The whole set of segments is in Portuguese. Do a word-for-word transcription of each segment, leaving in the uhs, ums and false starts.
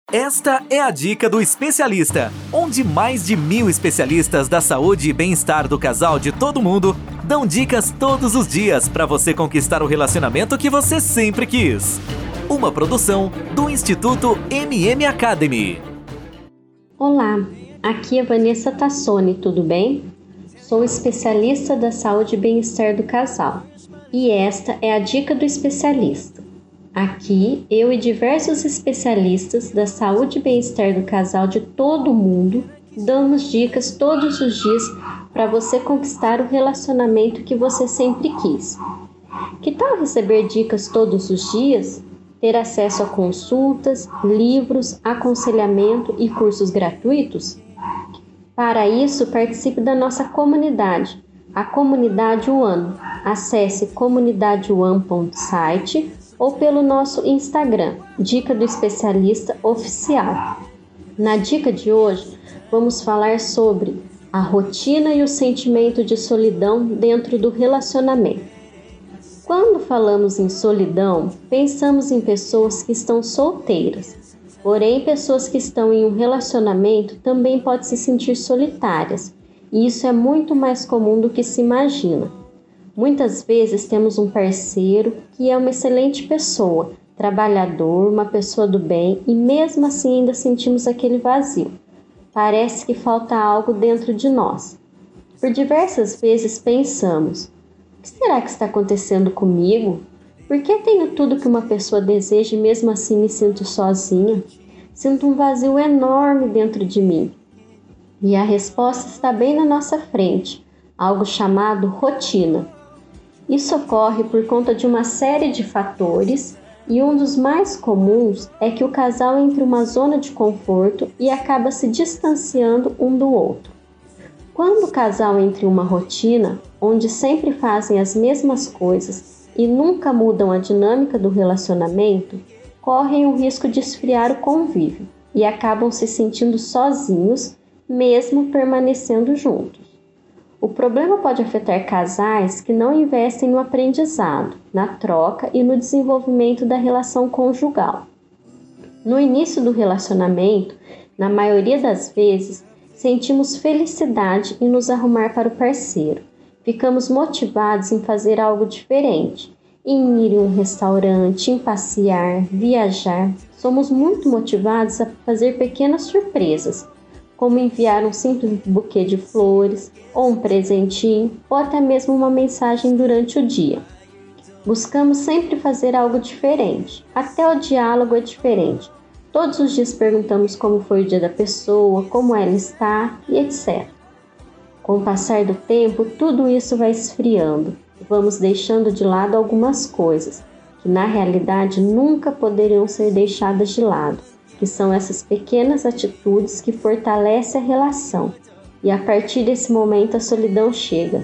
Esta é a Dica do Especialista, onde mais de mil especialistas da saúde e bem-estar do casal de todo mundo dão dicas todos os dias para você conquistar o relacionamento que você sempre quis. Uma produção do Instituto M M Academy. Olá, aqui é Vanessa Tassoni, tudo bem? Sou especialista da saúde e bem-estar do casal e esta é a Dica do Especialista. Aqui, eu e diversos especialistas da saúde e bem-estar do casal de todo o mundo damos dicas todos os dias para você conquistar o relacionamento que você sempre quis. Que tal receber dicas todos os dias? Ter acesso a consultas, livros, aconselhamento e cursos gratuitos? Para isso, participe da nossa comunidade, a Comunidade One. Acesse comunidade one ponto site ou pelo nosso Instagram, Dica do Especialista Oficial. Na dica de hoje, vamos falar sobre a rotina e o sentimento de solidão dentro do relacionamento. Quando falamos em solidão, pensamos em pessoas que estão solteiras, porém pessoas que estão em um relacionamento também podem se sentir solitárias, e isso é muito mais comum do que se imagina. Muitas vezes temos um parceiro que é uma excelente pessoa, trabalhador, uma pessoa do bem e mesmo assim ainda sentimos aquele vazio. Parece que falta algo dentro de nós. Por diversas vezes pensamos, o que será que está acontecendo comigo? Por que tenho tudo que uma pessoa deseja e mesmo assim me sinto sozinha? Sinto um vazio enorme dentro de mim. E a resposta está bem na nossa frente, algo chamado rotina. Isso ocorre por conta de uma série de fatores e um dos mais comuns é que o casal entra em uma zona de conforto e acaba se distanciando um do outro. Quando o casal entra em uma rotina, onde sempre fazem as mesmas coisas e nunca mudam a dinâmica do relacionamento, correm o risco de esfriar o convívio e acabam se sentindo sozinhos, mesmo permanecendo juntos. O problema pode afetar casais que não investem no aprendizado, na troca e no desenvolvimento da relação conjugal. No início do relacionamento, na maioria das vezes, sentimos felicidade em nos arrumar para o parceiro. Ficamos motivados em fazer algo diferente, em ir em um restaurante, em passear, viajar. Somos muito motivados a fazer pequenas surpresas, como enviar um simples buquê de flores, ou um presentinho, ou até mesmo uma mensagem durante o dia. Buscamos sempre fazer algo diferente, até o diálogo é diferente. Todos os dias perguntamos como foi o dia da pessoa, como ela está e etcétera. Com o passar do tempo, tudo isso vai esfriando. Vamos deixando de lado algumas coisas, que na realidade nunca poderiam ser deixadas de lado, que são essas pequenas atitudes que fortalecem a relação. E a partir desse momento a solidão chega.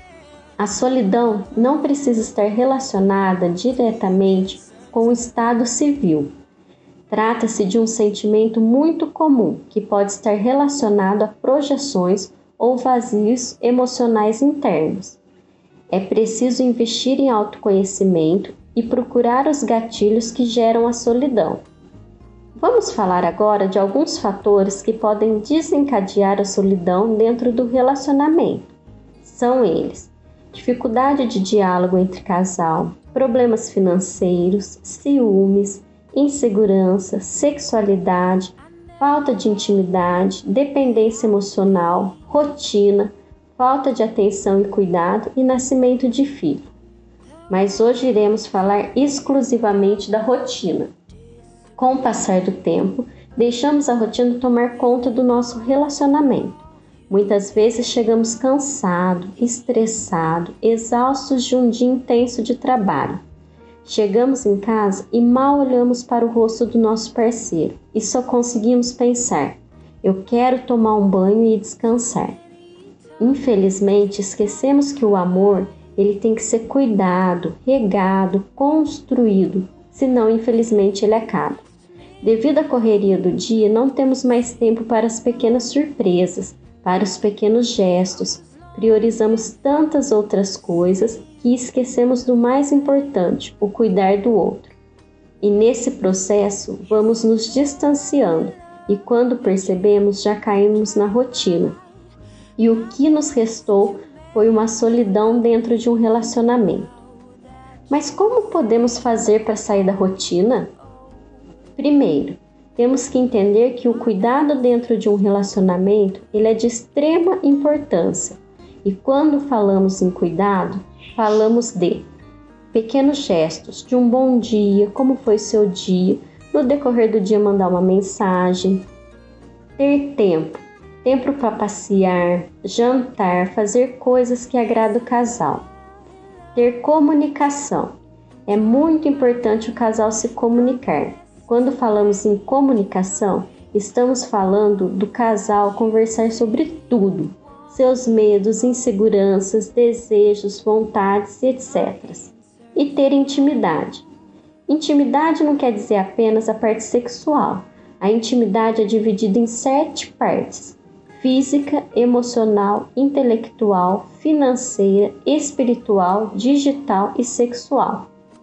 A solidão não precisa estar relacionada diretamente com o estado civil. Trata-se de um sentimento muito comum que pode estar relacionado a projeções ou vazios emocionais internos. É preciso investir em autoconhecimento e procurar os gatilhos que geram a solidão. Vamos falar agora de alguns fatores que podem desencadear a solidão dentro do relacionamento. São eles: dificuldade de diálogo entre casal, problemas financeiros, ciúmes, insegurança, sexualidade, falta de intimidade, dependência emocional, rotina, falta de atenção e cuidado e nascimento de filho. Mas hoje iremos falar exclusivamente da rotina. Com o passar do tempo, deixamos a rotina tomar conta do nosso relacionamento. Muitas vezes chegamos cansados, estressados, exaustos de um dia intenso de trabalho. Chegamos em casa e mal olhamos para o rosto do nosso parceiro e só conseguimos pensar: eu quero tomar um banho e descansar. Infelizmente, esquecemos que o amor ele tem que ser cuidado, regado, construído, senão infelizmente ele acaba. Devido à correria do dia, não temos mais tempo para as pequenas surpresas, para os pequenos gestos. Priorizamos tantas outras coisas que esquecemos do mais importante, o cuidar do outro. E nesse processo vamos nos distanciando e quando percebemos já caímos na rotina. E o que nos restou foi uma solidão dentro de um relacionamento. Mas como podemos fazer para sair da rotina? Primeiro, temos que entender que o cuidado dentro de um relacionamento ele é de extrema importância. E quando falamos em cuidado, falamos de pequenos gestos, de um bom dia, como foi seu dia, no decorrer do dia mandar uma mensagem, ter tempo, tempo para passear, jantar, fazer coisas que agradam o casal. Ter comunicação. É muito importante o casal se comunicar. Quando falamos em comunicação, estamos falando do casal conversar sobre tudo, seus medos, inseguranças, desejos, vontades, etcétera. E ter intimidade. Intimidade não quer dizer apenas a parte sexual. A intimidade é dividida em sete partes: física, emocional, intelectual, financeira, espiritual, digital e sexual.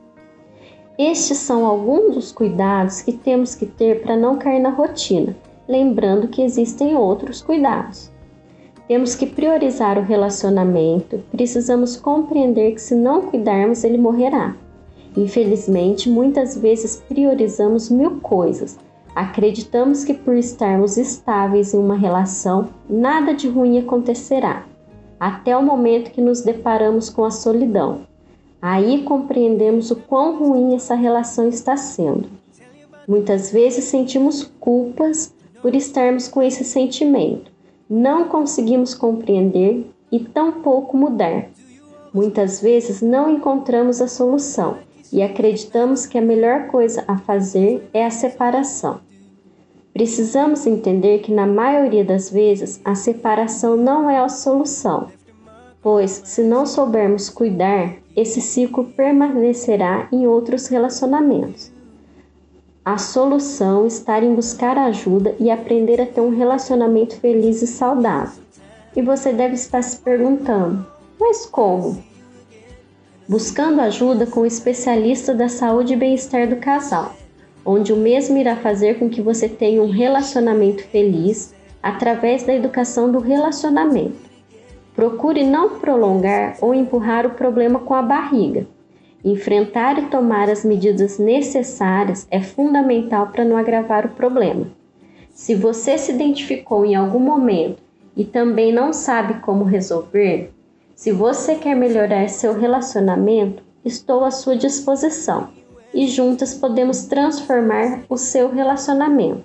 Estes são alguns dos cuidados que temos que ter para não cair na rotina, lembrando que existem outros cuidados. Temos que priorizar o relacionamento, precisamos compreender que se não cuidarmos, ele morrerá. Infelizmente, muitas vezes priorizamos mil coisas. Acreditamos que por estarmos estáveis em uma relação, nada de ruim acontecerá, até o momento que nos deparamos com a solidão. Aí compreendemos o quão ruim essa relação está sendo. Muitas vezes sentimos culpas por estarmos com esse sentimento. Não conseguimos compreender e tampouco mudar. Muitas vezes não encontramos a solução e acreditamos que a melhor coisa a fazer é a separação. Precisamos entender que na maioria das vezes a separação não é a solução, pois se não soubermos cuidar, esse ciclo permanecerá em outros relacionamentos. A solução está em buscar ajuda e aprender a ter um relacionamento feliz e saudável. E você deve estar se perguntando, mas como? Buscando ajuda com o especialista da saúde e bem-estar do casal, onde o mesmo irá fazer com que você tenha um relacionamento feliz através da educação do relacionamento. Procure não prolongar ou empurrar o problema com a barriga. Enfrentar e tomar as medidas necessárias é fundamental para não agravar o problema. Se você se identificou em algum momento e também não sabe como resolver, se você quer melhorar seu relacionamento, estou à sua disposição e juntas podemos transformar o seu relacionamento.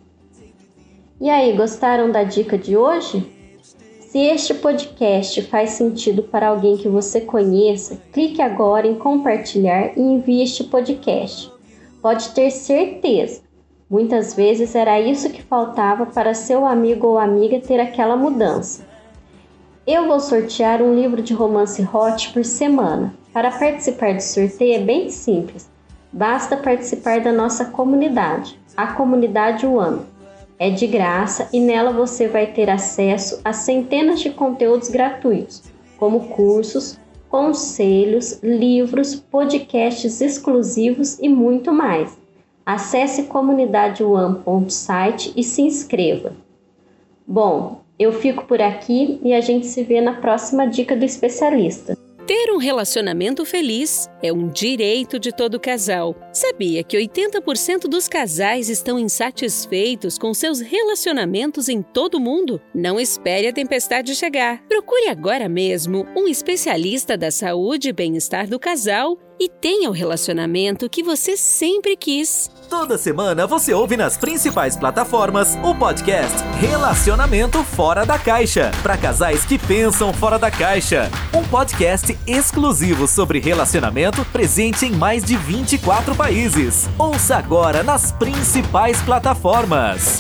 E aí, gostaram da dica de hoje? Se este podcast faz sentido para alguém que você conheça, clique agora em compartilhar e envie este podcast. Pode ter certeza, muitas vezes era isso que faltava para seu amigo ou amiga ter aquela mudança. Eu vou sortear um livro de romance hot por semana. Para participar do sorteio é bem simples, basta participar da nossa comunidade, a Comunidade One. É de graça e nela você vai ter acesso a centenas de conteúdos gratuitos, como cursos, conselhos, livros, podcasts exclusivos e muito mais. Acesse comunidade one ponto site e se inscreva. Bom, eu fico por aqui e a gente se vê na próxima dica do especialista. Ter um relacionamento feliz é um direito de todo casal. Sabia que oitenta por cento dos casais estão insatisfeitos com seus relacionamentos em todo o mundo? Não espere a tempestade chegar. Procure agora mesmo um especialista da saúde e bem-estar do casal e tenha o relacionamento que você sempre quis. Toda semana você ouve nas principais plataformas o podcast Relacionamento Fora da Caixa, para casais que pensam fora da caixa. Um podcast exclusivo sobre relacionamento presente em mais de vinte e quatro países. Ouça agora nas principais plataformas.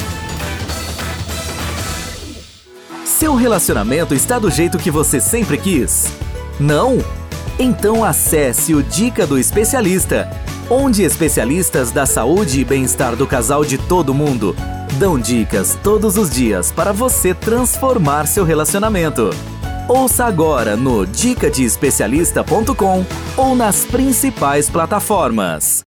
Seu relacionamento está do jeito que você sempre quis? Não? Então acesse o Dica do Especialista, onde especialistas da saúde e bem-estar do casal de todo mundo dão dicas todos os dias para você transformar seu relacionamento. Ouça agora no dica de especialista ponto com ou nas principais plataformas.